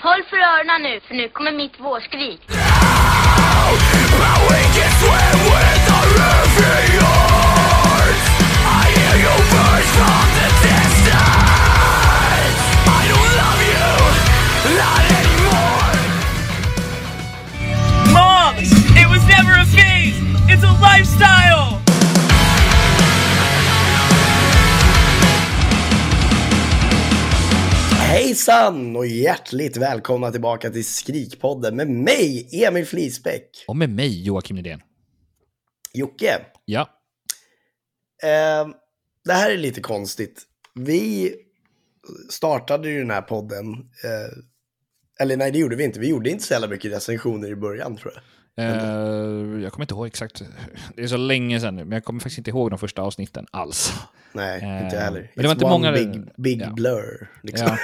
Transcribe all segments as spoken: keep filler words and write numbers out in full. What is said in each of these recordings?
Håll för öronen nu, för nu kommer mitt vårskrik. Mom, it was never a phase. It's a lifestyle. Hejsan och hjärtligt välkomna tillbaka till Skrikpodden med mig, Emil Flisbäck. Och med mig, Joakim Nydén. Jocke. Ja. Eh, det här är lite konstigt. Vi startade ju den här podden. Eh, eller nej, det gjorde vi inte. Vi gjorde inte så jävla mycket recensioner i början, tror jag. Uh, jag kommer inte ihåg exakt. Det är så länge sedan nu, men jag kommer faktiskt inte ihåg de första avsnitten alls. Nej, uh, inte heller. Men det var inte många... big, big ja. blur. Liksom. Ja.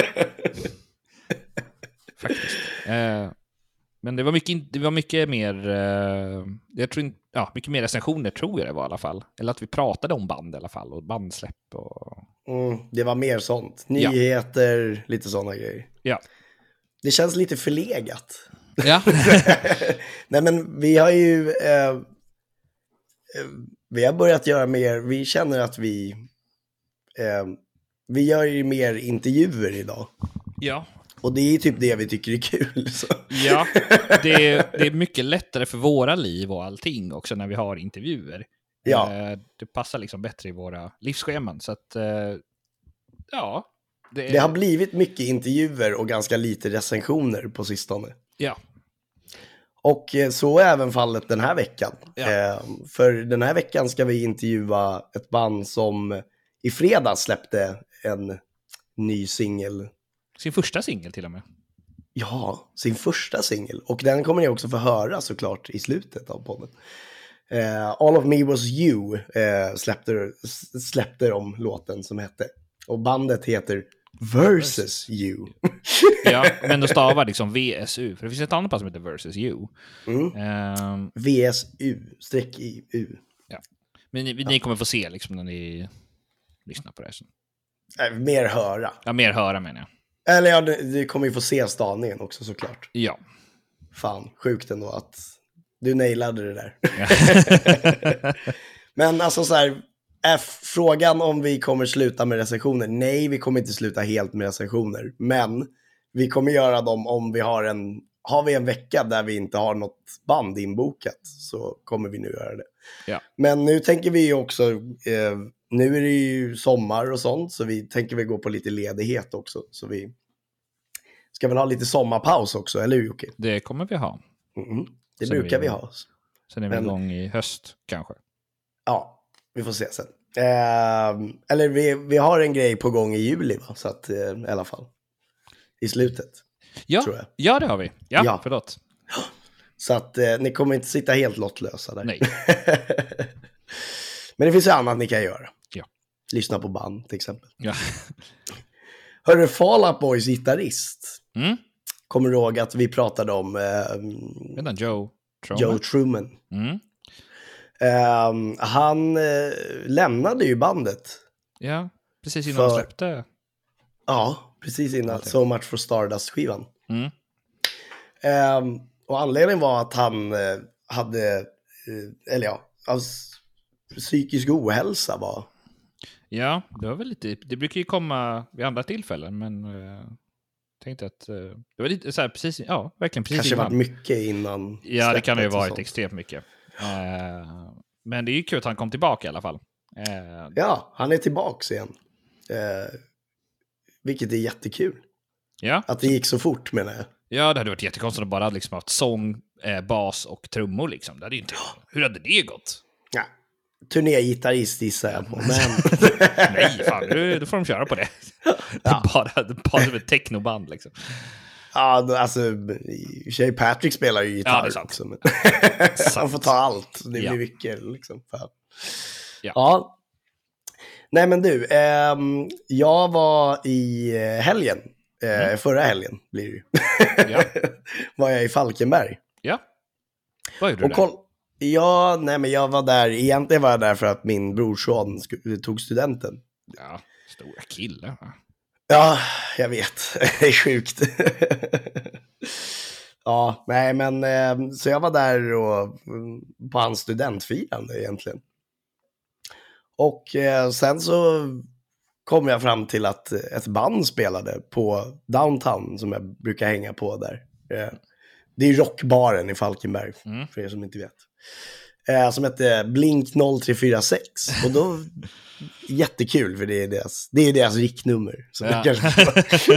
Faktiskt. Uh, men det var mycket, det var mycket mer... Uh, jag tror inte... Ja, mycket mer recensioner tror jag det var i alla fall. Eller att vi pratade om band i alla fall. Och bandsläpp och... Mm, det var mer sånt. Nyheter, ja. Lite sådana grejer. Ja. Det känns lite förlegat. Ja. Nej, men vi har ju eh, vi har börjat göra mer, vi känner att vi eh, vi gör ju mer intervjuer idag. Ja. Och det är typ det vi tycker är kul. Så. Ja, det är, det är mycket lättare för våra liv och allting också när vi har intervjuer. Ja. Eh, det passar liksom bättre i våra livsscheman. Så att, eh, ja. Det, är... det har blivit mycket intervjuer och ganska lite recensioner på sistone. Ja. Och så är även fallet den här veckan. Ja. Eh, för den här veckan ska vi intervjua ett band som i fredags släppte en ny singel. Sin första singel till och med. Ja, sin första singel. Och den kommer ni också få höra såklart i slutet av podden. Eh, All of Me Was You eh, släppte, släppte de låten som hette. Och bandet heter Versus You. Ja, men då stavar liksom V S U. För det finns ett annat band som heter Versus You. Mm. Um, V S U, streck i U. Ja. Men ni, ni kommer få se liksom när ni lyssnar på det. Så. Äh, mer höra. Ja, mer höra menar jag. Eller ja, du, du kommer ju få se stavningen också såklart. Ja. Fan, sjukt ändå att du nailade det där. Men alltså så här, är frågan om vi kommer sluta med recensioner? Nej, vi kommer inte sluta helt med recensioner. Men vi kommer göra dem om vi har en, har vi en vecka där vi inte har något band inbokat, så kommer vi nu göra det. Ja. Men nu tänker vi också, eh, nu är det ju sommar och sånt, så vi tänker vi gå på lite ledighet också. Så vi ska väl ha lite sommarpaus också, eller hur Jocke? Det kommer vi ha. Mm. Det sen brukar vi, vi ha. Sen är vi Men, igång i höst kanske. Ja, vi får se sen. Eh, eller vi, vi har en grej på gång i juli, va? Så att, eh, i alla fall. I slutet. Ja, tror jag. Ja det har vi. Ja, Ja. förlåt. Så att eh, ni kommer inte sitta helt lottlösa där. Nej. Men det finns ju annat ni kan göra. Ja. Lyssna på band till exempel. Ja. Hörru, Fall Out Boys gitarrist. Mm. Kommer du ihåg att vi pratade om eh, Vänta, Joe Truman. Joe Truman. Mm. Eh, han eh, lämnade ju bandet. Ja, precis innan För... de släppte. Ja, precis innan Okay. So Much for Stardust-skivan. Mm. Eh, och anledningen var att han eh, hade, eh, eller ja, alltså, psykisk ohälsa var. Ja, det var väl lite, det brukar ju komma vid andra tillfällen, men uh, tänkte att uh, det var lite så här precis, ja, verkligen precis Kanske innan. varit mycket innan. Ja, det kan det ju ha varit sånt. extremt mycket. Uh, men det är ju kul att han kom tillbaka i alla fall. Uh, Ja, han är tillbaks igen. Eh, vilket är jättekul. ja. Att det gick så fort, menar jag. Ja, det hade varit jättekonstigt att bara liksom haft sång, eh, bas och trummor liksom. Det hade ju inte... Hur hade det gått? Ja. Turnégitarrist gissar jag på. Men... Nej, fan, då, då får de köra på det. Ja. bara, bara som ett technoband liksom. Ja, alltså, i och för sig Patrick spelar ju gitarr Ja, det är sant. också. Men... han får ta allt. Det blir Ja. mycket liksom. För... Ja. ja. Nej, men du. Ehm, jag var i helgen. Eh, Mm. Förra helgen blir det ju. Ja. var jag i Falkenberg. Ja. Vad gjorde du Och där? koll... Ja, nej men jag var där, egentligen var jag där för att min brorson sk- tog studenten. Ja, stora killar. Va? Ja, jag vet. Det är sjukt. Ja, nej men eh, så jag var där och, på hans studentfirande egentligen. Och eh, sen så kom jag fram till att ett band spelade på Downtown som jag brukar hänga på där. Eh, det är rockbaren i Falkenberg, mm. för er som inte vet. Eh, som heter Blink noll tre fyra sex. Och då, jättekul för det är deras, det är deras riktnummer. Så ja. Det kanske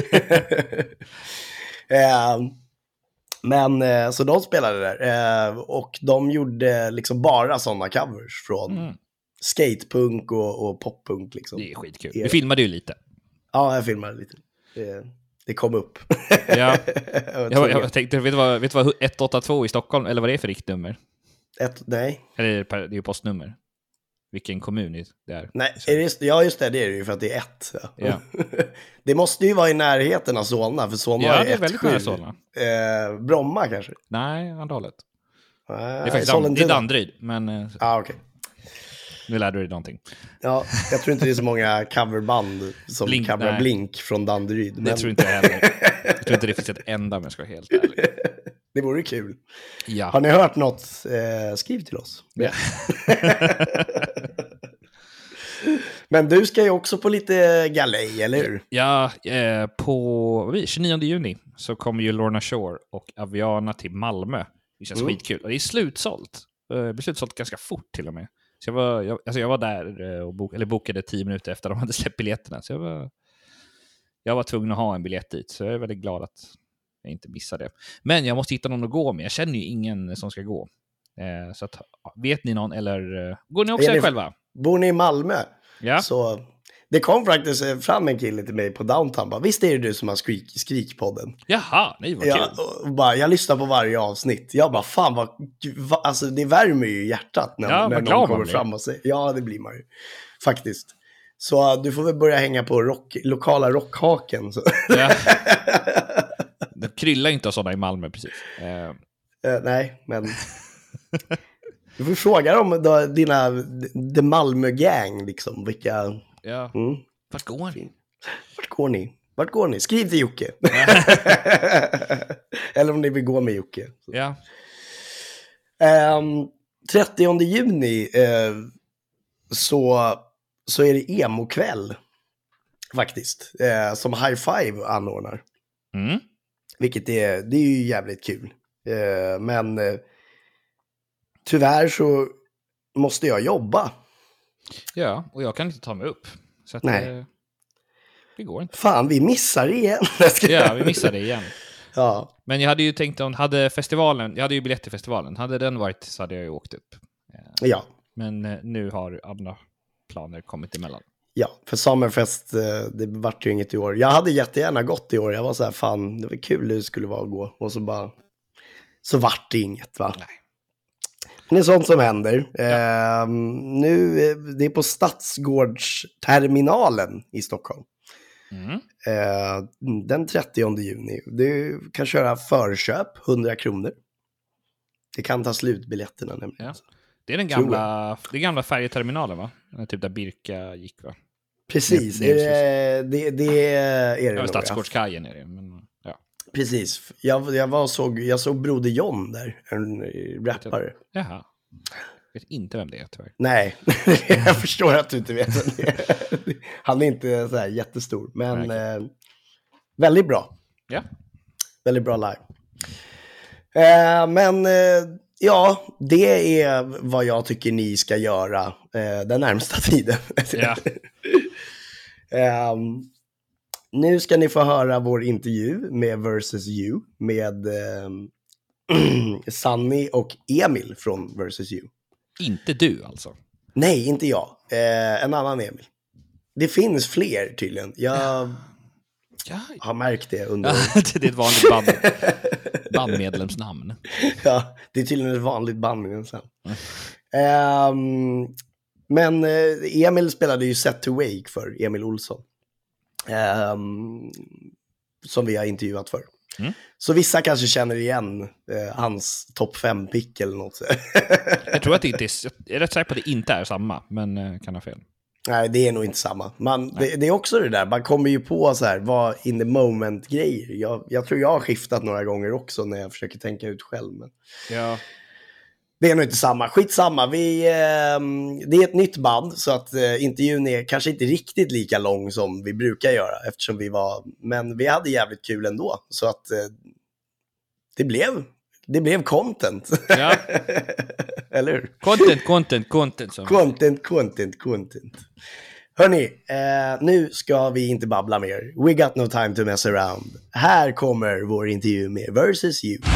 eh, Men eh, så de spelade där. Eh, och de gjorde liksom bara sådana covers från mm. skatepunk och, och poppunk liksom. Det är skitkul. Du filmade ju lite. Ja, jag filmade lite. Det, det kom upp. Ja. jag, jag tänkte, vet du vad, vet du vad ett åtta två i Stockholm, eller vad det är för riktnummer? Ett, nej. Eller det är ju postnummer. Vilken kommun det är. Nej, är det, ja just det, det är det ju för att det är ett. Ja. Ja. Det måste ju vara i närheten av Solna, för Solna ja, är det är väldigt nära Solna. Eh, Bromma kanske? Nej, andra hållet. Eh, det är faktiskt Dan- det är Danderyd, men... Ja, ah, okej. Okay. Nu lärde du dig någonting. Ja, jag tror inte det är så många coverband som Blink, coverar nej. Blink från Danderyd. Men... Det tror inte jag heller. Jag tror inte det finns ett enda, om jag ska vara helt ärlig. Det vore kul. Ja. Har ni hört något? Eh, skriv till oss. Ja. Men du ska ju också på lite galej, eller hur? Ja, eh, på tjugonionde juni så kommer ju Lorna Shore och Aviana till Malmö. Det känns mm. skitkul. Och det är slutsålt. Det blir slutsålt ganska fort till och med. Så jag var, jag, alltså jag var där och bok, eller bokade tio minuter efter de hade släppt biljetterna. Så jag var, jag var tvungen att ha en biljett dit. Så jag är väldigt glad att jag inte missade det. Men jag måste hitta någon att gå med. Jag känner ju ingen som ska gå. Eh, så att, vet ni någon, eller uh, går ni också ni, själva? Bor ni i Malmö? Ja. Så det kom faktiskt fram en kille till mig på Downtown. Bara, visst är det du som har skrik, Skrikpodden? Jaha, nej vad ja, kul. Och bara, jag lyssnar på varje avsnitt. Jag bara, fan vad, vad alltså det värmer ju hjärtat när, ja, när någon kommer fram och säger. Ja, det blir man ju. Faktiskt. Så du får väl börja hänga på rock, lokala rockhaken. Så. Ja. Det kryllar inte av sådana i Malmö precis. Uh. Uh, nej, men... Du får fråga dem då, dina The Malmö-gang liksom, vilka... Ja, mm. vart går ni? Vart går ni? Vart går ni? Skriv till Jocke. Eller om ni vill gå med Jocke. Ja. Um, trettionde juni uh, så, så är det emo-kväll faktiskt, uh, som High Five anordnar. Mm. Vilket är, det är ju jävligt kul. Uh, men... Uh, Tyvärr så måste jag jobba. Ja, och jag kan inte ta mig upp. Så att Nej. Det, det går inte. Fan, vi missar det igen. Ja, vi missar det igen. Ja. Men jag hade ju tänkt om, hade festivalen, jag hade ju biljett till festivalen. Hade den varit så hade jag ju åkt upp. Ja. Men nu har andra planer kommit emellan. Ja, för Summerfest, det vart ju inget i år. Jag hade jättegärna gått i år. Jag var så här, fan, det var kul det skulle vara att gå. Och så bara, så vart det inget, va? Nej. Det är sånt som händer. Ja. Eh, nu, det är på Stadsgårdsterminalen i Stockholm. Mm. Eh, den trettionde juni. Du kan köra förköp, hundra kronor. Det kan ta slut biljetterna nämligen. Ja. Det är den gamla, det är gamla färjeterminalen, va? Typ där Birka gick, va? Precis, det, det, det, det är det. Ja, Stadsgårdskajen är det, men ja. Precis. Jag, jag, var och såg, jag såg Broder John där, en rappare. Jaha. Jag vet inte vem det är, tyvärr. Nej, jag förstår att du inte vet vem det är. Han är inte så här jättestor, men eh, väldigt bra. Ja. Väldigt bra live. Eh, men eh, ja, det är vad jag tycker ni ska göra eh, den närmsta tiden. Ja. eh, Nu ska ni få höra vår intervju med Versus You med eh, Sunny och Emil från Versus You. Inte du alltså? Nej, inte jag. Eh, en annan Emil. Det finns fler tydligen. Jag ja. har märkt det under... Det är ett vanligt band, bandmedlemsnamn. Ja, det är tydligen ett vanligt bandmedlemsnamn. Mm. Eh, men eh, Emil spelade ju Set to Wake för Emil Olsson. Um, som vi har intervjuat för. Mm. Så vissa kanske känner igen uh, hans topp fem pick eller något. Jag tror att det inte är, jag är rätt säker på att det inte är samma, men uh, kan ha fel. Nej, det är nog inte samma. Man, det, det är också det där, man kommer ju på så här, vad in the moment-grejer. Jag, jag tror jag har skiftat några gånger också när jag försöker tänka ut själv. Men Ja. det är nog inte samma. Skitsamma, vi, eh, det är ett nytt band så att eh, intervjun är kanske inte riktigt lika lång som vi brukar göra. Eftersom vi var, men vi hade jävligt kul ändå. Så att eh, det blev... Det blev content. Ja. Eller hur? Content, content, content. Som... Content, content, content. Hörni, eh, nu ska vi inte babbla mer. We got no time to mess around. Här kommer vår intervju med Versus You.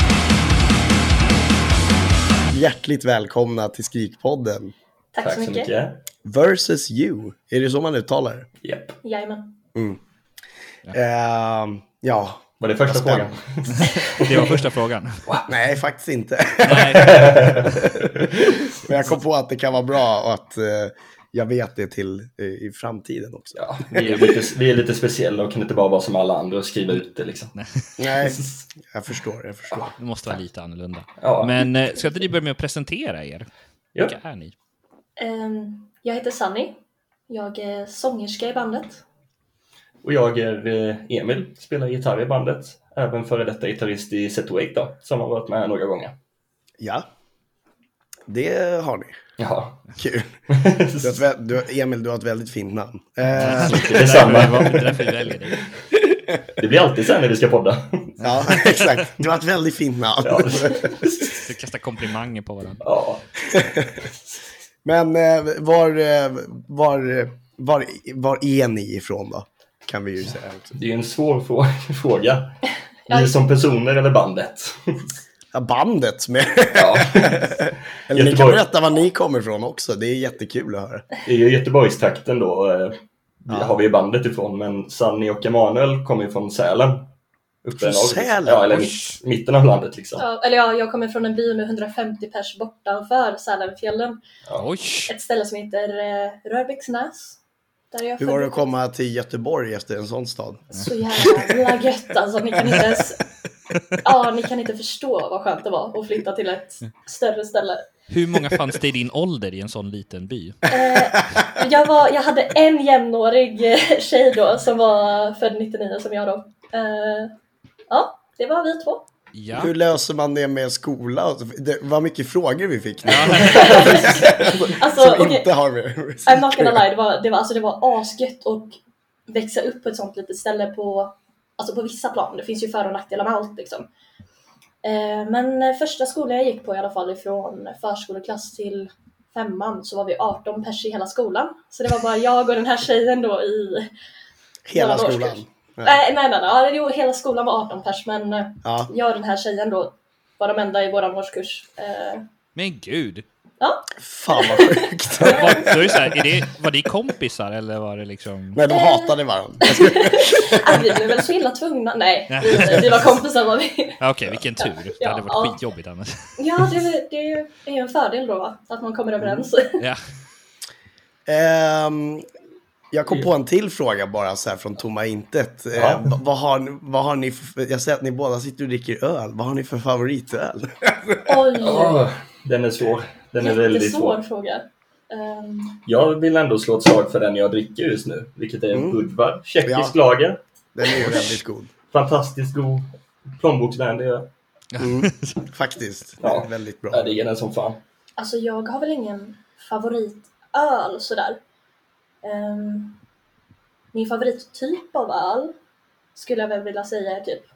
Hjärtligt välkomna till Skrikpodden. Tack, Tack så mycket. mycket. Versus You. Är det så man uttalar det? Japp. Yep. Jajamän. Mm. Ja. Eh, ja. Var det första frågan? Det var första frågan. Nej, faktiskt inte. Nej. Men jag kom på att det kan vara bra och att uh, jag vet det till uh, i framtiden också. Ja, vi, är lite, vi är lite speciella och kan inte bara vara som alla andra och skriva ut det liksom. Nej, Nej jag förstår, jag förstår. Det måste vara lite annorlunda. Ja. Men uh, ska inte ni börja med att presentera er? Ja. Vilka är ni? Um, jag heter Sunny. Jag är sångerska i bandet. Och jag är Emil, spelar gitarr i bandet. Även före detta gitarrist i Set Wake då, som har varit med några gånger. Ja, det har ni. Ja. Kul. Du har, du, Emil, du har ett väldigt fint namn. Eh, det är samma. Det blir alltid sen när vi ska podda. Ja, exakt. Du har ett väldigt fint namn. Ja. Du kastar komplimanger på varandra. Ja. Men var, var, var, var är ni ifrån då? Kan vi ju säga också. Det är en svår fråga. Ni som personer eller bandet? Ja, bandet med. Ja. Eller ni kan berätta var ni kommer ifrån också. Det är jättekul att höra. Det är ju Göteborgstrakten då. Vi ja. har vi bandet ifrån. Men Sunny och Emanuel kommer ju från Sälen. Uppe från Sälen? Ja, eller mitt, mitten av landet liksom. Ja, eller ja, jag kommer från en by med hundrafemtio pers bortanför Sälenfjällen. Ja. Ett ställe som heter eh, Rörbäcksnäs. Hur var det att komma till Göteborg efter en sån stad? Så jävla gött alltså, ni kan inte ens... Ja, ni kan inte förstå vad skönt det var att flytta till ett större ställe. Hur många fanns det i din ålder i en sån liten by? Eh, jag, var, jag hade en jämnårig tjej då som var född nittionio som jag då. Eh, ja, det var vi två. Ja. Hur löser man det med skola? Det var mycket frågor vi fick. Ja. Alltså, som okay. inte har med. I'm not gonna lie, det var, det var, alltså, det var asgött och växa upp på ett sånt litet ställe på, alltså på vissa plan. Det finns ju för- och nackdelar med allt liksom. Eh, men första skolan jag gick på i alla fall ifrån förskoleklass till femman så var vi arton pers i hela skolan. Så det var bara jag och den här tjejen då i hela skolan. Ja. Nej, nej, nej, nej. Jo, hela skolan var arton pers, men ja. jag och den här tjejen då var de enda i våran årskurs. Eh... Men gud. Ja. Fan vad sjukt. var, var, det så här, är det, var det kompisar eller var det liksom... Nej, de hatade varandra. Nej, vi blev väl så illa tvungna. Nej, vi, vi var kompisar var vi. Okej, okay, vilken tur. Det ja, hade varit ja. skitjobbigt annars. Ja, det, det är ju en fördel då, va? Att man kommer överens. Ja. Um, jag kom på en till fråga bara så här från tomma intet. Ja. Uh, vad, har, vad har ni för, jag ser att ni båda sitter och dricker öl. Vad har ni för favoritöl? Oj. Oh, den är svår. Den är väldigt svår. svår fråga. Um... Jag vill ändå slå ett slag för den jag dricker just nu. Vilket är en mm. Budvar. Tjeckisk ja. lager. Den är ju väldigt god. Fantastiskt god. Plånboksvänlig. Mm. Faktiskt. Ja. Väldigt bra. Ja, det är den som fan. Alltså jag har väl ingen favoritöl sådär. Um, min favorittyp av öl skulle jag väl vilja säga är typ,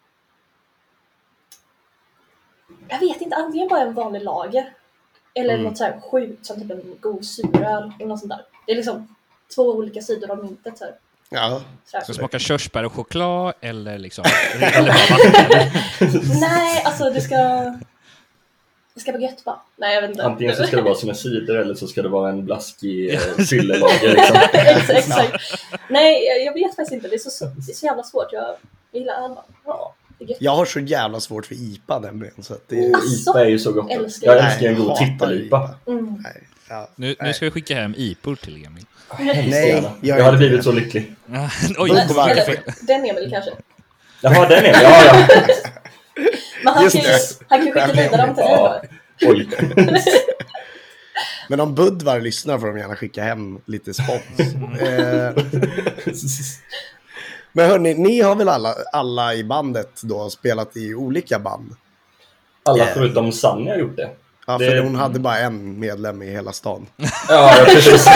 jag vet inte, antingen bara en vanlig lager eller mm. något så här sjukt som typ en god suröl eller något sånt där. Det är liksom två olika sidor av myntet så här. Ja. Så, så smakar körsbär och choklad eller liksom eller bara vatten. Nej, alltså det ska det ska vara gött bara. Nej, jag vet inte. Antingen så ska det vara som en cider eller så ska det vara en blaskig eh, fyllelager liksom. exakt, exakt. Ja. Nej, jag vet faktiskt inte. Det är så, det är så jävla svårt. Jag gillar öl. Ja. Jag har så jävla svårt för I P A nämligen. Så att det är... Alltså, I P A är ju så gott. Älskar jag älskar en god trippel-I P A. Mm. Nej, ja, nu, nu ska vi skicka hem I P O till Emil. Nej, jag, jag hade blivit så lycklig. Oj, eller, den Emil kanske. Jaha, den Emil, ja, ja. Men han kan ju han kan skicka vidare dem till dig då. Oj. Men om Budvar lyssnar får de gärna skicka hem lite spons. eh, men hörni, ni har väl alla, alla i bandet då spelat i olika band? Alla Eh. förutom Sanni har gjort det. Ja, för Det- hon hade bara en medlem i hela stan. Ja, ja precis.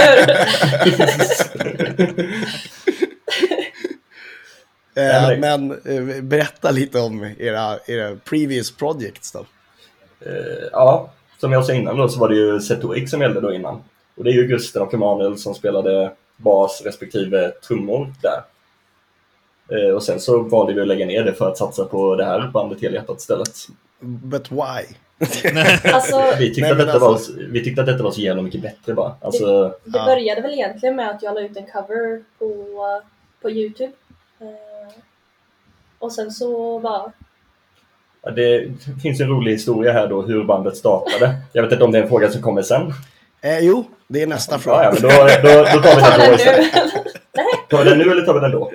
Eh, Ja, men- men eh, berätta lite om era, era previous projects då. Eh, ja, som jag sa innan då så var det ju Setoik som gällde då innan. Och det är ju Gusten och Emanuel som spelade bas respektive trummor där. Eh, och sen så valde vi att lägga ner det för att satsa på det här bandet helhjärtat istället. But why? Alltså, Vi tyckte, Nej, att men detta alltså- var, vi tyckte att detta var så jävla mycket bättre bara. Alltså, det Ja. började väl egentligen med att jag la ut en cover på, på YouTube. Eh, och sen så bara... ja, det finns en rolig historia här då hur bandet startade. Jag vet inte om det är en fråga som kommer sen. Eh, jo, det är nästa Ja, fråga. ja, men då, då, då tar vi Ta den då den istället. nu! Tar vi den nu eller tar vi den då?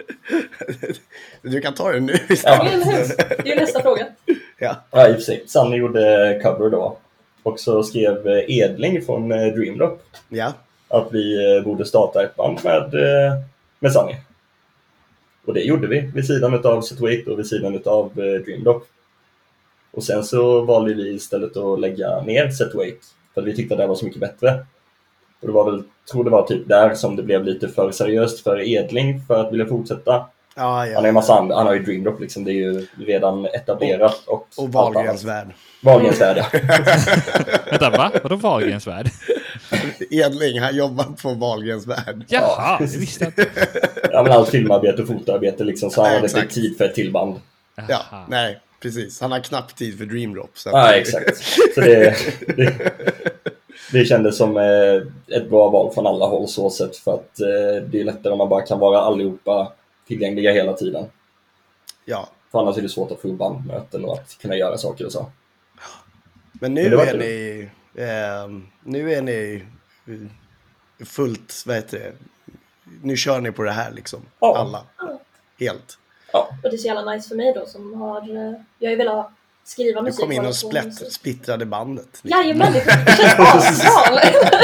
Du kan ta det nu Ja. istället. Det är ju nästa fråga. Ja. Ja, i och för sig. Sanni gjorde cover då. Och så skrev Edling från eh, Dreamdrop Ja. att vi eh, borde starta ett band med, eh, med Sanni. Och det gjorde vi vid sidan av Setoik och vid sidan av eh, Dreamdrop. Och sen så valde vi istället att lägga ner Setoik för att vi tyckte att det var så mycket bättre. Och det var väl, tror det var typ där som det blev lite för seriöst för Edling för att vilja fortsätta. Ja, Han har ja. ju massa andra, han har ju Dreamdrop liksom, det är ju redan etablerat. Och, Och Wahlgrens värld. Wahlgrens värld, ja. Vänta, va? Vadå Wahlgrens värld? Edling, han jobbar på Wahlgrens värld. Jaha, jag visste inte. Ja, men allt filmarbete och fotoarbete liksom, så han Ja, hade inte exakt. tid för ett till band. Ja, Jaha. nej, precis. Han har knappt tid för Dreamdrop. Så Ja, exakt. Så det, det, det kändes som eh, ett bra val från alla håll så sett, för att eh, det är lättare om man bara kan vara allihopa tillgängliga hela tiden. Ja, För annars är det svårt att få bandmöten och att kunna göra saker och så. men nu Men det var är kul. ni... Eh, nu är ni eh, fullt, vad heter det? Nu kör ni på det här liksom. Ja. Alla. Helt. Ja, Och det är så jävla nice för mig då som har... eh, Jag har ju velat skriva Du musik. kom in och hålla på med splätt, musik. splittrade bandet. liksom. Jajamän, det känns asbra!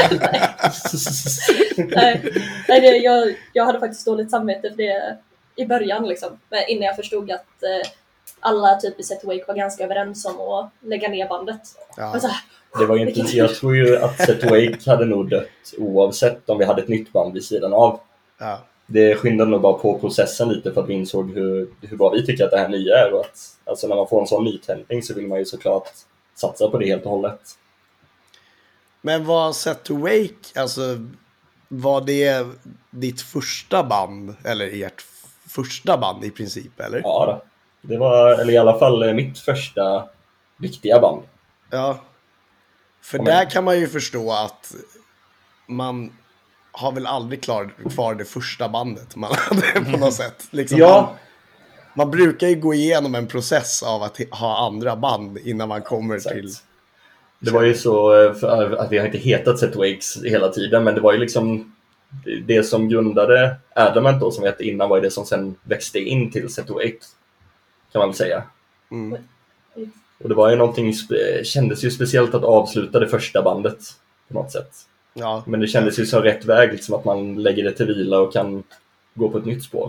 Nej, nej det, jag, jag hade faktiskt dåligt samvete för det i början liksom. Men innan jag förstod att eh, alla typ i Setoik var ganska överens om att lägga ner bandet. Ja. Och så här, det var ju inte, jag tror ju att Setoik hade nog dött oavsett om vi hade ett nytt band vid sidan av. Ja. Det skyndade nog bara på processen lite för att vi insåg hur, hur bra vi tycker att det här nya är. Och att, alltså när man får en sån nytändning så vill man ju såklart satsa på det helt och hållet. Men vad Set to Wake, alltså var det ditt första band, eller ert f- första band i princip, eller? Ja då. Det var, eller i alla fall mitt första riktiga band. Ja. För Ja, men- där kan man ju förstå att man har väl aldrig klar, kvar det första bandet man hade på något sätt. Liksom Ja. man, man brukar ju gå igenom en process av att ha andra band innan man kommer Exakt. till... Det var ju så, för att vi har inte hetat Setoiks hela tiden, men det var ju liksom det som grundade Adamant då, som vi hette innan, var ju det som sen växte in till Setoik, kan man väl säga. Mm. Och det var ju någonting, spe- kändes ju speciellt att avsluta det första bandet på något sätt. Ja, Men det kändes ju som rätt väg, liksom att man lägger det till vila och kan gå på ett nytt spår.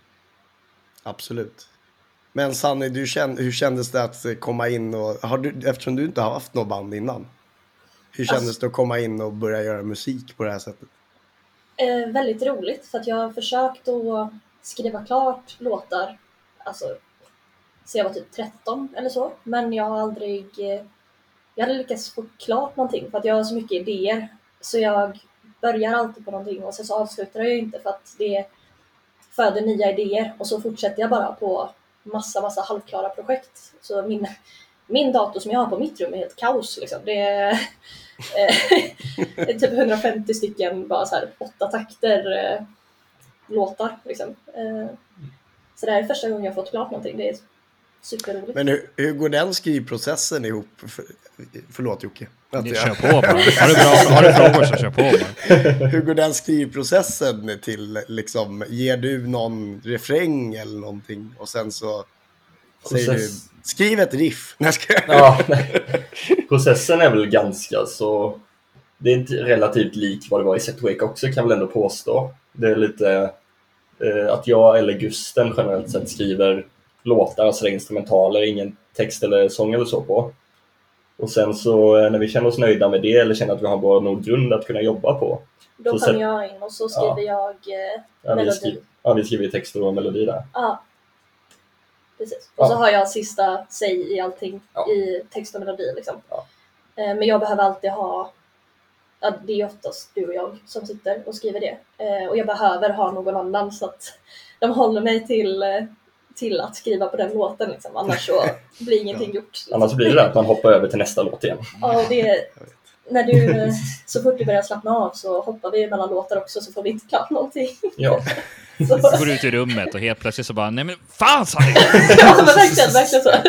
absolut. Men Sanni, du kände, hur kändes det att komma in och... Har du, eftersom du inte har haft något band innan. Hur kändes Alltså- det att komma in och börja göra musik på det här sättet? Eh, väldigt roligt för att jag har försökt att skriva klart låtar, alltså så jag var typ tretton eller så, men jag har aldrig eh, jag hade lyckats få klart någonting för att jag har så mycket idéer, så jag börjar alltid på någonting och sen så avslutar jag ju inte för att det föder nya idéer och så fortsätter jag bara på massa massa halvklara projekt. Så min, min dator som jag har på mitt rum är helt kaos liksom. Det är eh, typ hundrafemtio stycken bara så här åtta takter eh, låtar liksom. Eh, så det här är första gången jag har fått klart någonting. Det är superroligt. Men hur, hur går den skrivprocessen ihop? För, förlåt Jocke. Att Kör jag- på bara. Har du, bra, har du frågor så kör på bara. Hur går den skrivprocessen till? Liksom, ger du någon refräng eller någonting? Och sen så säger du, Process. skriv ett riff. Nej, ska jag... Ja, nej. Processen är väl ganska så det är inte relativt likt vad det var i Set Wake också, kan väl ändå påstå. Det är lite eh, att jag eller Gusten generellt sett skriver låtar, alltså instrumentaler, ingen text eller sång eller så på. Och sen så eh, när vi känner oss nöjda med det eller känner att vi har en bra nog grund att kunna jobba på. Då så kommer set- jag in och så skriver Ja. jag eh, ja, vi melodi. skriver, ja, vi skriver texter och melodi där. Ja, precis. Och Ja. så har jag sista säg i allting Ja. i text och melodi liksom. Ja. Eh, Men jag behöver alltid ha, ja, det är oftast du och jag som sitter och skriver det. Eh, Och jag behöver ha någon annan så att de håller mig till, eh, till att skriva på den låten liksom. Annars så blir ingenting gjort. Liksom. Annars blir det där att man hoppar över till nästa låt igen. Ja, och det, när du, eh, så fort du börjar slappna av så hoppar vi mellan låtar också så får vi inte klart någonting. Ja. Så, Så går du ut i rummet och helt plötsligt så bara, nej men fan sa ni! ja, men verkligen, verkligen så.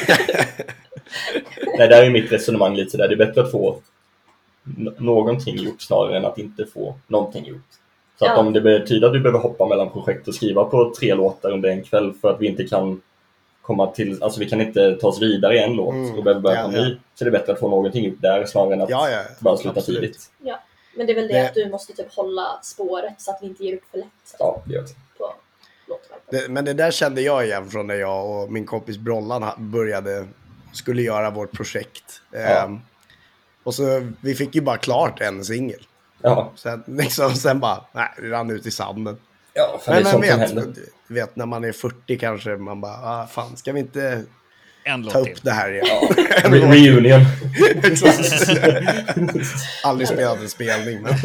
Nej, där är mitt resonemang lite där. Det är bättre att få n- någonting gjort snarare än att inte få någonting gjort. Så att Ja. om det betyder att du behöver hoppa mellan projekt och skriva på tre låtar under en kväll för att vi inte kan komma till, alltså vi kan inte ta oss vidare i en låt Mm. och behöver börja Ja, på ja. ny, så är det bättre att få någonting gjort där snarare än att Ja, ja, bara sluta absolut. tidigt. Ja, men det är väl det, Det- att du måste typ hålla spåret så att vi inte ger upp för lätt Ja, det gör det. på låtarna. Det, men det där kände jag igen från när jag och min kompis Brollan ha- började, skulle göra vårt projekt. Ja. Ehm, och så, vi fick ju bara klart en singel. Ja, Sen, liksom, sen bara, nej, det rann ut i sanden. ja för det är Men man sånt som vet, händer. du vet, när man är fyrtio kanske, man bara, ah, fan, ska vi inte En ta låt upp till. det här igen? Re- reunion. Exakt. Aldrig spelat en spelning, men...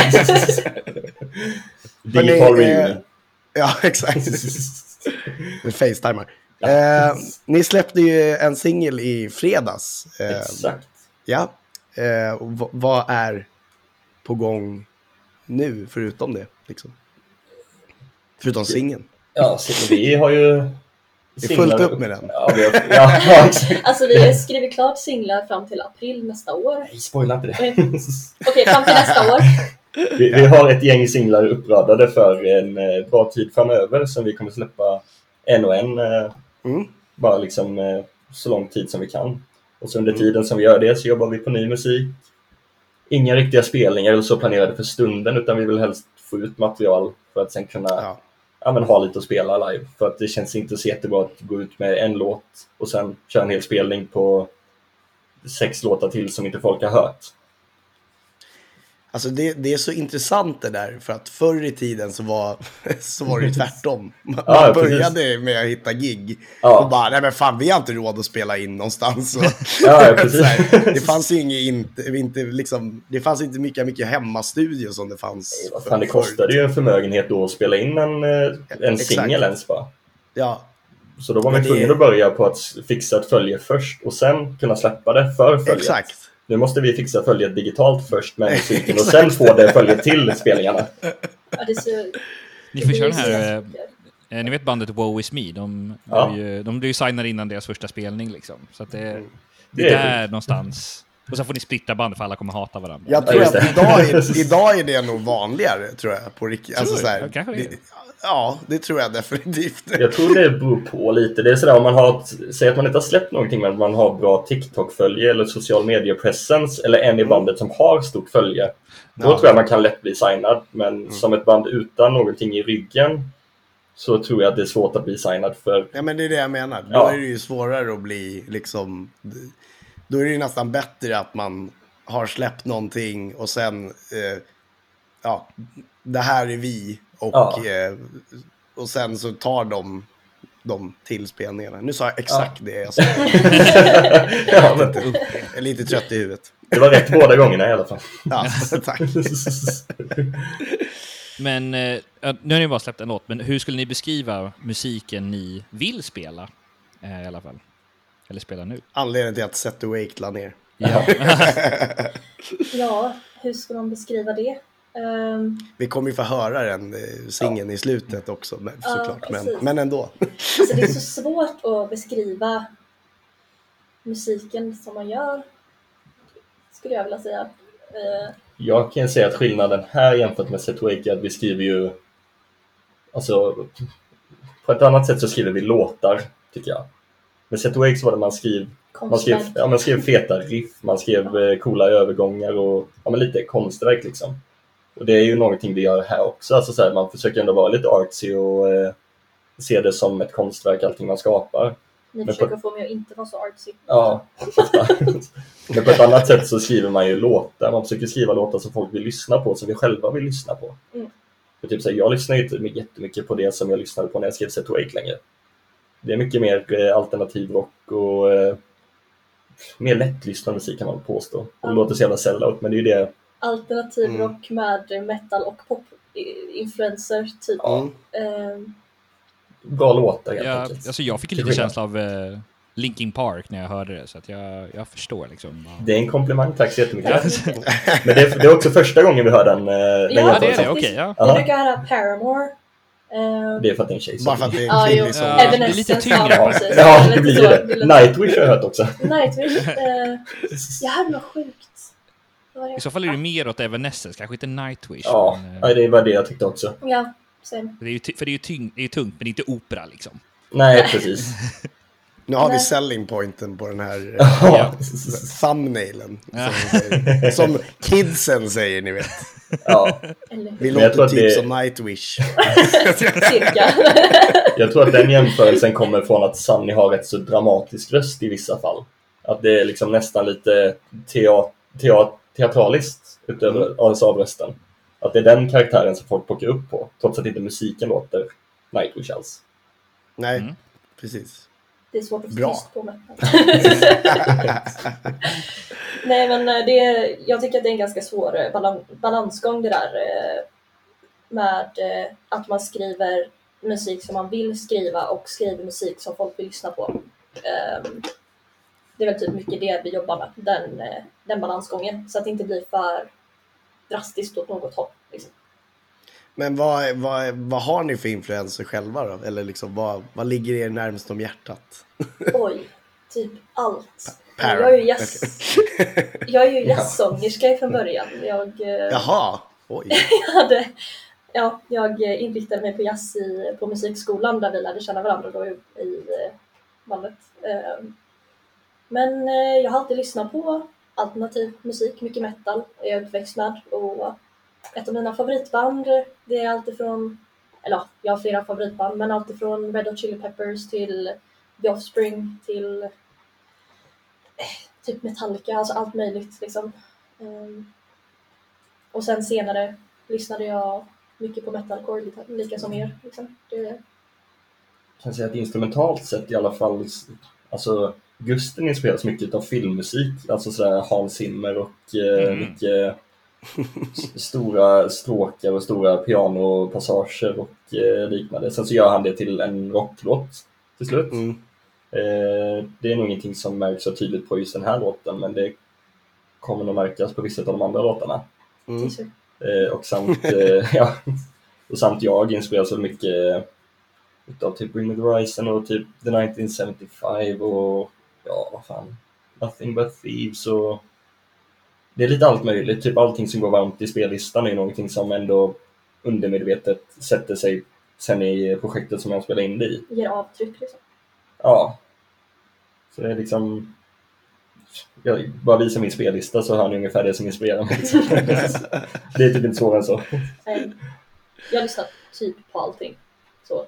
Digital Hörni, eh, reunion. Ja, exakt. Med Facetimar. Eh, ni släppte ju en singel i fredags. Eh, Exakt. ja. Eh, och v- vad är på gång nu, förutom det? Liksom? Förutom singeln. Ja, så vi har ju... Det är fullt upp med den. Ja, vi har, ja, ja, exakt. Alltså vi skriver klart singlar fram till april nästa år. Nej, spoila inte det. Okej, fram till nästa år. Vi, vi har ett gäng singlar uppradade för en eh, bra tid framöver som vi kommer släppa en och en. Eh, Mm. bara liksom eh, så lång tid som vi kan. Och så under tiden som vi gör det så jobbar vi på ny musik. Inga riktiga spelningar eller så planerade för stunden, utan vi vill helst få ut material för att sen kunna Ja. ja, men ha lite att spela live. För att det känns inte så jättebra att gå ut med en låt och sen köra en hel spelning på sex låtar till som inte folk har hört. Alltså det, det är så intressant det där, för att förr i tiden så var, så var det ju tvärtom. Man Ja, ja, började med att hitta gig Ja. och bara, nej men fan, vi har inte råd att spela in någonstans. Och, Ja, ja, precis. så här, det fanns ju inget, inte, inte, liksom, det fanns inte mycket, mycket hemmastudio som det fanns. Vad fan, det kostade ju en förmögenhet då att spela in en, eh, en Exakt. singel ens bara. Ja, Så då var Men man det- tvungen att börja på att fixa ett följe först och sen kunna släppa det för följet. exakt. Nu måste vi fixa följet digitalt först med musiken och sen få det följet till spelningarna. Ja, det är så, Ni får det köra blir den så här, jättemycket. eh, ni vet bandet Woe Is Me, de, Ja. blev ju, de blev ju signade innan deras första spelning liksom. Så att det, det Det är är där någonstans. Och sen får ni splitta band för alla kommer hata varandra. Jag Ja, tror just att det. idag är, idag är det nog vanligare, tror jag, på riktigt. Alltså, du? så här, Ja, kanske det är. det, ja, det tror jag definitivt. Jag tror det beror på lite. Det är sådär om man har, ett, säg att man inte har släppt någonting men man har bra TikTok-följe eller social media-presence eller en i bandet som har stort följe. Då Ja. tror jag man kan lätt bli signad. Men som ett band utan någonting i ryggen så tror jag att det är svårt att bli signad för. Ja, men det är det jag menar. Då Ja. är det ju svårare att bli liksom... Då är det ju nästan bättre att man har släppt någonting och sen... Eh, ja, det här är vi. Och, Ja. eh, och sen så tar de de tillspelningarna. Nu sa jag exakt det jag sa. Ja, men Jag är lite trött i huvudet. det var rätt båda gångerna i alla fall. Ja, tack. Men eh, nu har ni bara släppt en låt, men hur skulle ni beskriva musiken ni vill spela? Eh, I alla fall. Eller spela nu. Anledningen till att Set Awake la ner. Ja. Ja, hur ska man beskriva det? Um, Vi kommer ju få höra den eh, singeln i slutet också, men, Ja, såklart. Men, precis. men ändå. alltså det är så svårt att beskriva musiken som man gör, skulle jag vilja säga. Uh, Jag kan säga att skillnaden här jämfört med Set Wake är att vi skriver ju alltså på ett annat sätt så skriver vi låtar, tycker jag. Med Set Awake så var det man skrev, man skrev, ja, man skrev feta riff, man skrev eh, coola övergångar och ja, men lite konstverk liksom. Och det är ju någonting vi gör här också. Alltså så här, man försöker ändå vara lite artsy och eh, se det som ett konstverk, allting man skapar. Ni Men försöker på, få mig att inte vara så artsy. ja, men på ett annat sätt så skriver man ju låtar. Man försöker skriva låtar som folk vill lyssna på, som vi själva vill lyssna på. Mm. För typ, så här, jag lyssnar ju inte jättemycket på det som jag lyssnade på när jag skrev Set Awake längre. Det är mycket mer eh, alternativ rock och eh, mer lättlyssnad musik kan man påstå. Och det Mm. låter så jävla sellout, men det är ju det. Alternativ Mm. rock med metal och pop-influencer typ. Mm. Ehm, Bra låtar helt Jag, enkelt. alltså jag fick ju Till lite skillnad. känsla av eh, Linkin Park när jag hörde det, så att jag, jag förstår liksom. Ja. Det är en komplimang, tack så jättemycket. Ja, Men det är, det är också första gången vi hör den. eh, den Ja, det är jämförelsen. det, okej. ja. jag Aha. brukar höra Paramore. Ehm, Det är för att det är en tjej. Bara för att det är Ja, en jo. kvinnlig sång. Ja, det är Evanescence, lite tyngre. ja, Ja, precis. ja, Lite det blir så, det. lite- Nightwish har jag hört också. Nightwish. eh, jag hörde något sjukt. Vad var det? I så fall är det mer åt Evanescence, kanske inte Nightwish. Ja, Men, eh, ja, det var det jag tyckte också. Ja, same. det är ju ty- för det är ju tyng, det är ju tungt, men det är inte opera liksom. Nej, precis. Nu har vi Nej. selling pointen på den här Ja. thumbnailen. Ja. Som, som kidsen säger, ni vet. Ja. Eller Vi Men jag tror låter att typ det- som Nightwish. cirka. Jag tror att den jämförelsen kommer från att Sunny har rätt så dramatisk röst i vissa fall. Att det är liksom nästan lite teat- teat- teatraliskt utöver Mm. alltså av rösten. Att det är den karaktären som folk plockar upp på, trots att inte musiken låter Nightwish alls. Nej, Mm. precis. Det är svårt att få Bra. tyst på mig. Nej, men eh, det, jag tycker att det är en ganska svår eh, balan, balansgång det där eh, med eh, att man skriver musik som man vill skriva och skriver musik som folk vill lyssna på. Ehm, Det är väl typ mycket det vi jobbar med, den, eh, den balansgången, så att det inte blir för drastiskt åt något håll. Liksom. Men vad, vad, vad har ni för influenser själva då? Eller liksom, vad, vad ligger er närmast om hjärtat? Oj, typ allt. Para. Jag är ju jazz, jag är ju jazzsångerska från början. Jag, eh, Jaha, oj. jag, hade, ja, jag inriktade mig på jazz i, på musikskolan där vi lärde känna varandra då i, i eh, Malmö. Eh, Men eh, jag har alltid lyssnat på alternativ musik, mycket metal är jag uppväxt med. Och ett av mina favoritband, det är alltid från, eller ja, jag har flera favoritband, men alltid från Red Hot Chili Peppers till The Offspring till eh, typ Metallica, alltså allt möjligt liksom. Um, och sen senare lyssnade jag mycket på metalcore, lika, lika som er. Liksom. Det, Jag kan säga att instrumentalt sett i alla fall, alltså Gusten inspireras mycket av filmmusik, alltså sådär Hans Zimmer och eh, Mm. mycket s- stora stråkar och stora pianopassager och eh, liknande. Sen så gör han det till en rocklåt till slut. Mm. Eh, det är nog ingenting som märks så tydligt på just den här låten, men det kommer nog märkas på vissa av de andra låtarna. Mm. Eh, och samt, eh, ja, och samt jag inspireras väl mycket utav typ Bring Me The Horizon och typ The nitton seventy-five och ja, vad fan, Nothing But Thieves och det är lite allt möjligt, typ allting som går varmt i spellistan är någonting som ändå undermedvetet sätter sig sen i projektet som jag spelar in det i. ger avtryck liksom. Ja, så det är liksom, jag bara visar min spellista så har ni ungefär det som inspirerar mig. Det är typ inte svårare än så. Um, jag lyssnar typ på allting. Så.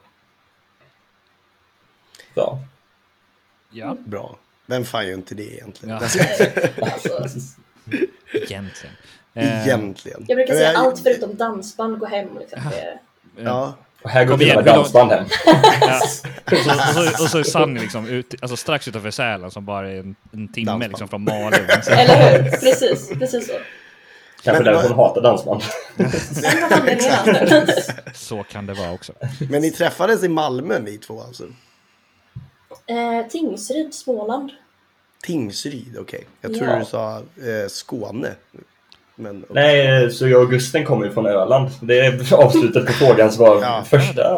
Ja. Ja, Bra. Vem fan gör inte det egentligen? Ja. Eh, alltså, egentligen. Eh, Egentligen. jag brukar säga Jag- allt förutom dansband gå hem. Liksom. Det, Ja. Och här går Kom till igen, och med hur lång- dansband hem. Ja. Och, så, och, så, och så är Sunny liksom ut, alltså strax utanför Sälen som bara är en, en timme Dansband. liksom från Malung. Så, eller hur? Precis, precis så. Kanske Men därför vad- hon hatar dansband. Sen vad fan det menar. så kan det vara också. Men ni träffades i Malmö ni två alltså? Eh, Tingsryd, Småland. Tingsryd, okej. Jag tror Ja. du sa eh, Skåne. Men, Nej, så jag och Gusten kommer ju från Öland. Det är avslutet på frågan som var Ja. första.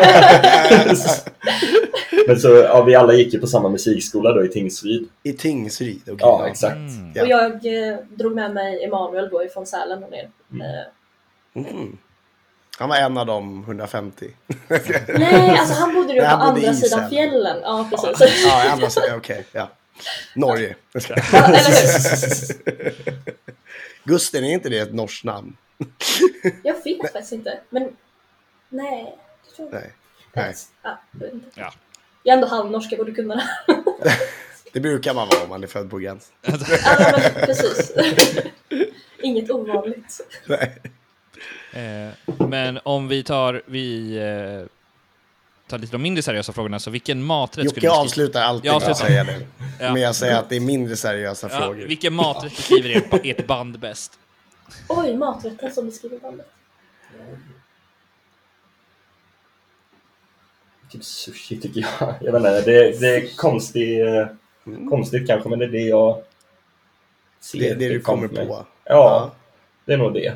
Men så, ja, vi alla gick ju på samma musikskola då i Tingsryd. I Tingsryd, okej. Ja, exakt. Mm. Ja. Och jag eh, drog med mig Emanuel då ifrån Sälen och ner. Mm. Eh, Mhm. Han var en av de hundrafemtio. Nej, alltså han bodde ju på Nej, han bodde andra i sidan Isel. fjällen. Ja, precis. Ja, andra sidan, okej. Ja. Norge. Ja, eller hur? Gusten, är inte det ett norskt namn? Jag vet faktiskt inte. Men nej. Det tror jag. Nej. Nej. Ja, jag vet inte. Ja. Jag är ändå halvnorska, borde kunna det. Det brukar man vara om man är född på gräns. Ja, men precis. Inget ovanligt. Nej. Eh, men om vi tar, vi eh, tar lite de mindre seriösa frågorna, så vilken maträtt skulle Jocke du skriva? avslutar alltid Jag med att avslutar. säga det. Ja. Men jag säger att det är mindre seriösa Ja, frågor. vilken maträtt beskriver ert, ert band bäst? Oj, maträtten som beskriver bandet. Typ sushi tycker jag. Jag vet inte, det, det är konstigt, konstigt kanske, men det är det jag ser. Det är det du kommer framför mig. på. Ja, det är nog det.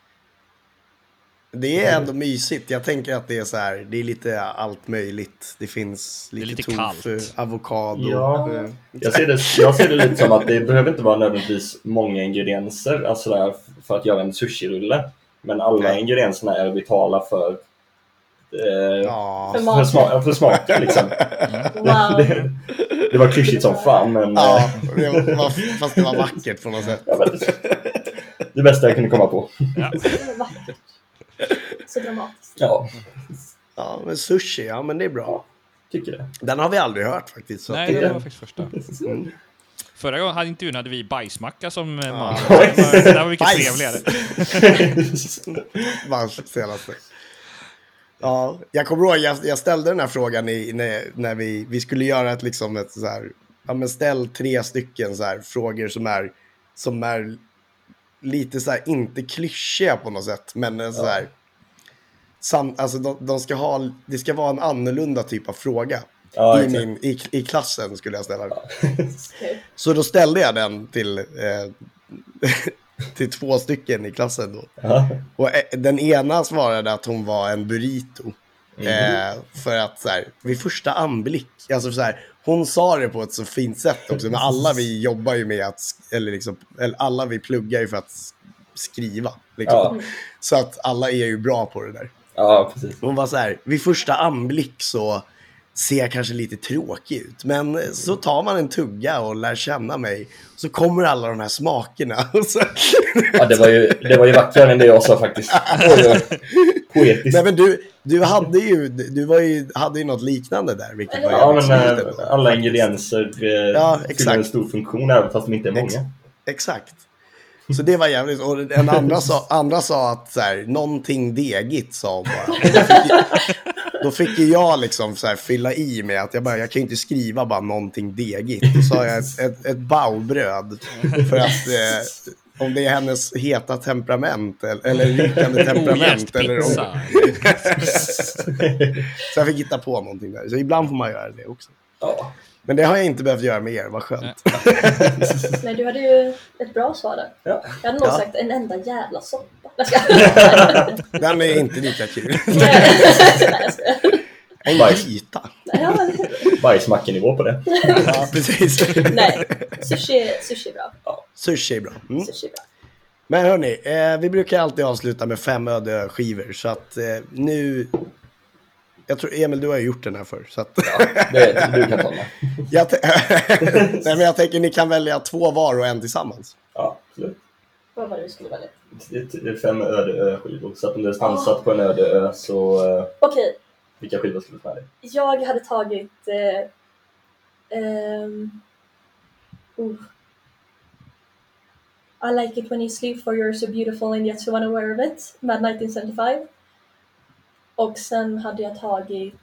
Det är ändå mysigt. Jag tänker att det är så här, det är lite allt möjligt. Det finns lite, lite tofu, kallt. avokado. Ja. eh, Jag ser, det, jag ser det lite som att det behöver inte vara nödvändigtvis många ingredienser alltså där, för att göra en sushi-rulle. Men alla Nej. ingredienserna är vitala för, eh, Ja. För för, mat. sma, för smaken liksom. Wow. det, det var klyschigt som fan, men Ja, eh, det var, fast det var vackert på något sätt. jag vet inte. Det bästa jag kunde komma på. Det var vackert. Så dramatiskt. Ja, Ja, men sushi, ja men det är bra. tycker det. Den har vi aldrig hört faktiskt. Så Nej, att det det, var faktiskt första. Mm. Förra gången hade intervjun hade vi bajsmacka som ja. mat. Ja. Det var, det var mycket Bajs. trevligare. var senaste. Ja, jag kommer ihåg, jag, jag ställde den här frågan i, när, när vi, vi skulle göra ett liksom ett så här, ja men ställ tre stycken så här frågor som är, som är lite så här, inte klyschiga på något sätt, men så här, sam, alltså de, de ska ha, det ska vara en annorlunda typ av fråga. Ja, I, exakt. min, i, I klassen skulle jag ställa den. Okej. Så då ställde jag den till, eh, till två stycken i klassen då. Ja. Och eh, den ena svarade att hon var en burrito. Eh, för att så här, vid första anblick, alltså så här, hon sa det på ett så fint sätt också, men alla vi jobbar ju med att, eller liksom, eller alla vi pluggar ju för att skriva. Liksom. Ja. Så att alla är ju bra på det där. Ja, precis. Hon var så här, vid första anblick så ser jag kanske lite tråkig ut. Men så tar man en tugga och lär känna mig. Så kommer alla de här smakerna. Så... Ja, det var ju, det var ju vackrare än det jag sa faktiskt. Oj, oj. Poetiskt. Nej, men du, du hade ju, du var ju, hade ju något liknande där. Vilket var Ja, jävligt men smidigt äh, ändå, alla faktiskt. ingredienser äh, Ja, fyller exakt. en stor funktion även fast de inte är många. Ex- exakt. Så det var jävligt. Och en andra sa, andra sa att så här, någonting degigt sa hon bara. Då fick, ju, då fick ju jag liksom så här, fylla i med att jag bara, jag kan ju inte skriva bara någonting degigt. Då sa jag ett, ett, ett baubröd. För att eh, om det är hennes heta temperament eller, eller rykande temperament. Eller om, pizza. så jag fick hitta på någonting där. Så ibland får man göra det också. Ja. Men det har jag inte behövt göra med er, vad skönt. Nej, du hade ju ett bra svar där. Ja. Jag hade nog Ja. sagt en enda jävla soppa. Jag ska... Den är inte lika kul. Nej, jag skojar. En Bajs. gryta. Nej, ja, men- Bajsmackenivå på det. Ja, precis. Nej, sushi, sushi är bra. Sushi är bra. Mm. Sushi är bra. Men hörni, eh, vi brukar alltid avsluta med fem öde skivor. Så att eh, nu... Jag tror, Emil, du har ju gjort den här förr. Så att... det du kan ta den. jag, t- Nej, men jag tänker ni kan välja två var och en tillsammans. Ja, absolut. Vad var det du skulle välja? Det är fem öde ö-skivor. Så att om du är stansat på en öde ö så... eh, Okej, vilka skivor skulle du ta med dig? jag hade tagit... Eh, ehm, uh. I like it when you sleep for you're so beautiful and yet so unaware of it. Med nitton seventy-five. Och sen hade jag tagit...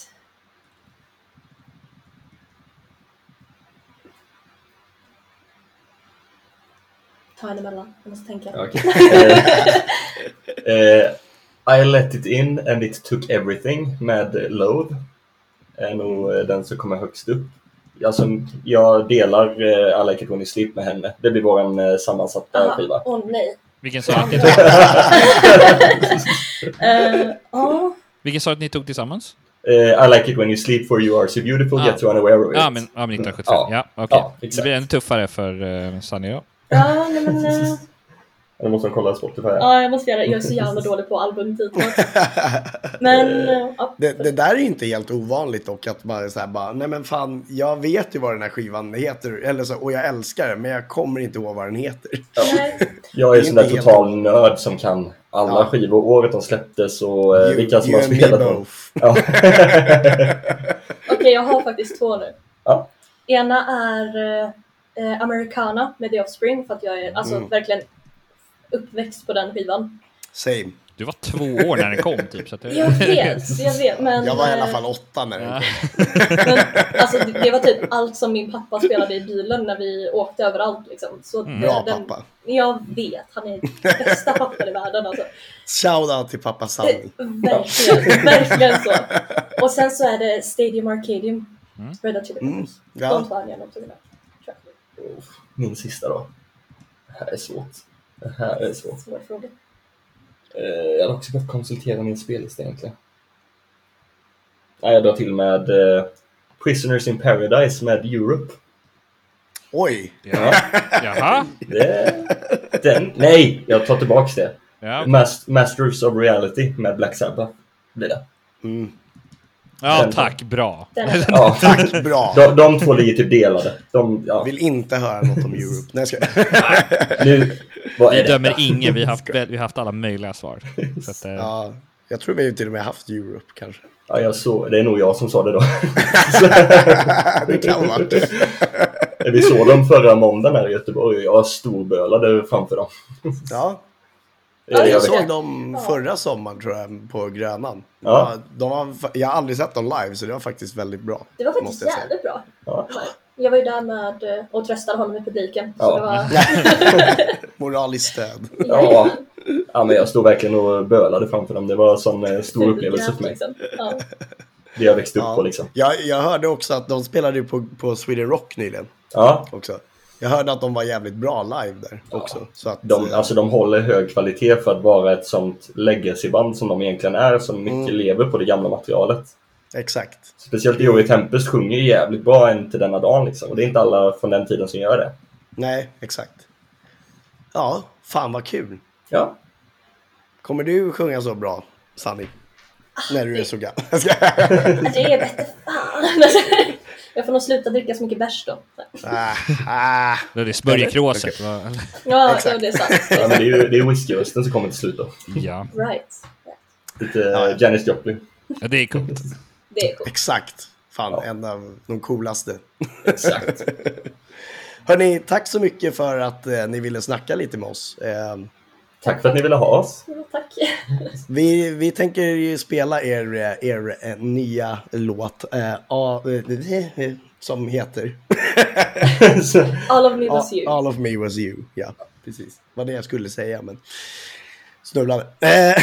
Ta en emellan, jag måste tänka. Okej. Eh, eh, I let it in and it took everything med Loathe. Är nog eh, den som kommer högst upp. Alltså, jag delar eh, I like it when you sleep med henne. Det blir våran eh, sammansatta Aha, skiva. åh nej. Vilken sa att ni Andra. tog, Eh, Ja, vilken sa att ni tog tillsammans? Eh, I like it when you sleep for you are so beautiful, Ah. get so unaware of it. Ja, men, ja, men nittonhundrasjuttiofem. Ja. Ja, okej. Ja, exakt. Det blir ännu tuffare för uh, Sunny då. ja nej, men... eh, Eller måste de kolla Spotify? Ja. Ja, jag måste göra det. Jag är så jävla dålig på albumtitlar. Men, ja. Det, det där är ju inte helt ovanligt dock, att man är så här bara, nej men fan, jag vet ju vad den här skivan heter, eller så, och jag älskar den, men jag kommer inte ihåg vad den heter. Nej. Jag är Det är sån där inte helt- total nörd som kan alla Ja. skivor, året de släpptes och eh, You- vilka som you har and me spelat dem. both. Ja. Okej, jag har faktiskt två nu. Ja. Ena är eh, Americana med The Offspring, för att jag är alltså Mm. verkligen uppväxt på den skivan. Same. Du var två år när den kom typ. Så att det... Jag vet, jag vet, men... Jag var i alla eh, fall åtta när den Ja. kom. Men, alltså, det, det var typ allt som min pappa spelade i bilen när vi åkte överallt. Liksom. Så Mm. det- Bra den, pappa. Jag vet, han är bästa pappan i världen. Alltså. Shoutout till pappa Sanni. Det, verkligen, verkligen så. Och sen så är det Stadium Arcadium, Mm. Red Hot Chili Mm. Peppers. De Ja. två hade jag nog tagit med. Tror jag. Min sista då. Det här är svårt. Det här är svårt. Svår fråga. Eh, jag hade också behövt konsultera min spellista egentligen. Nej, jag drar till med eh, Prisoners in Paradise med Europe. Oj. Ja. Jaha. Det, den, nej, jag tar tillbaks det. Ja. Mas- Masters of Reality med Black Sabbath. Blir det. Mm. Ja, tack. Bra. Den är Ja. Tack, bra. De, de två ligger typ delade. De, ja. Vill inte höra något om Europe. Nej, jag ska... Nu, vad Vi är dömer detta? ingen, vi har haft, vi har haft alla möjliga svar. Så att, eh, Ja, jag tror vi har ju till och med haft Europe kanske. Ja, jag såg, det är nog jag som sa det då. Det kan vara. Vi såg dem förra måndagen här i Göteborg och jag storbölade framför dem. Ja, Det är det jag jag såg vet. dem förra sommaren tror jag på Grönan. Ja. Ja, de har, jag har aldrig sett dem live så det var faktiskt väldigt bra. Det var faktiskt måste jag säga. jävligt bra. Ja. Jag var ju där med eh, och tröstade honom i publiken. Så Ja. det var... Moraliskt stöd. Ja. Ja, men jag stod verkligen och bölade framför dem. Det var en sån eh, stor upplevelse för mig. Liksom. Ja. Det jag växte upp Ja. på liksom. Jag, jag hörde också att de spelade ju på, på Sweden Rock nyligen Ja, också. Jag hörde att de var jävligt bra live där också. Så att, de, eh, alltså, de håller hög kvalitet för att vara ett sånt legacy-band som de egentligen är. Som mycket Mm. lever på det gamla materialet. Exakt. Speciellt Joey Tempest sjunger ju jävligt bra än till denna dagen liksom. Och det är inte alla från den tiden som gör det. Nej, exakt. Ja, fan vad kul. Ja. Kommer du sjunga så bra, Sanni? När du är så gammal. Det är bättre fan. Jag får nog sluta dricka så mycket bärs då. ah, ah. det är det smörjkråset. va? Ja, Exakt. ja, det är sant. Ja, men det är ju det är whiskyrösten som kommer till slut då. Ja. Right. Lite Ja. ja. Janis Joplin. ja, det är coolt. Det är coolt. Exakt. Fan, Ja. en av de coolaste. Exakt. Hörni, tack så mycket för att eh, ni ville snacka lite med oss. Eh, Tack för att ni ville ha oss. Ja, tack. vi, vi tänker ju spela er, eh, er eh, nya låt eh, a, eh, som heter All of me was you. All of me was you. Ja, precis. Vad det jag skulle säga, men snubblade. Eh,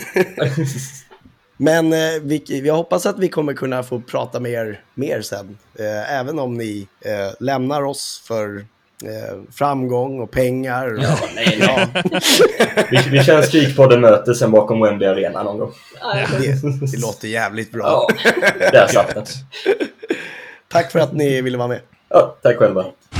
Men eh, vi, vi hoppas att vi kommer kunna få prata med er mer sen. Eh, även om ni eh, lämnar oss för eh, framgång och pengar. Och, Ja, nej, ja. vi, vi kör en Skrikpodden möte sen bakom Wembley Arena någon gång. Ja, jag det, det låter jävligt bra. Ja, där slapp den. Tack för att ni ville vara med. Ja, tack själva.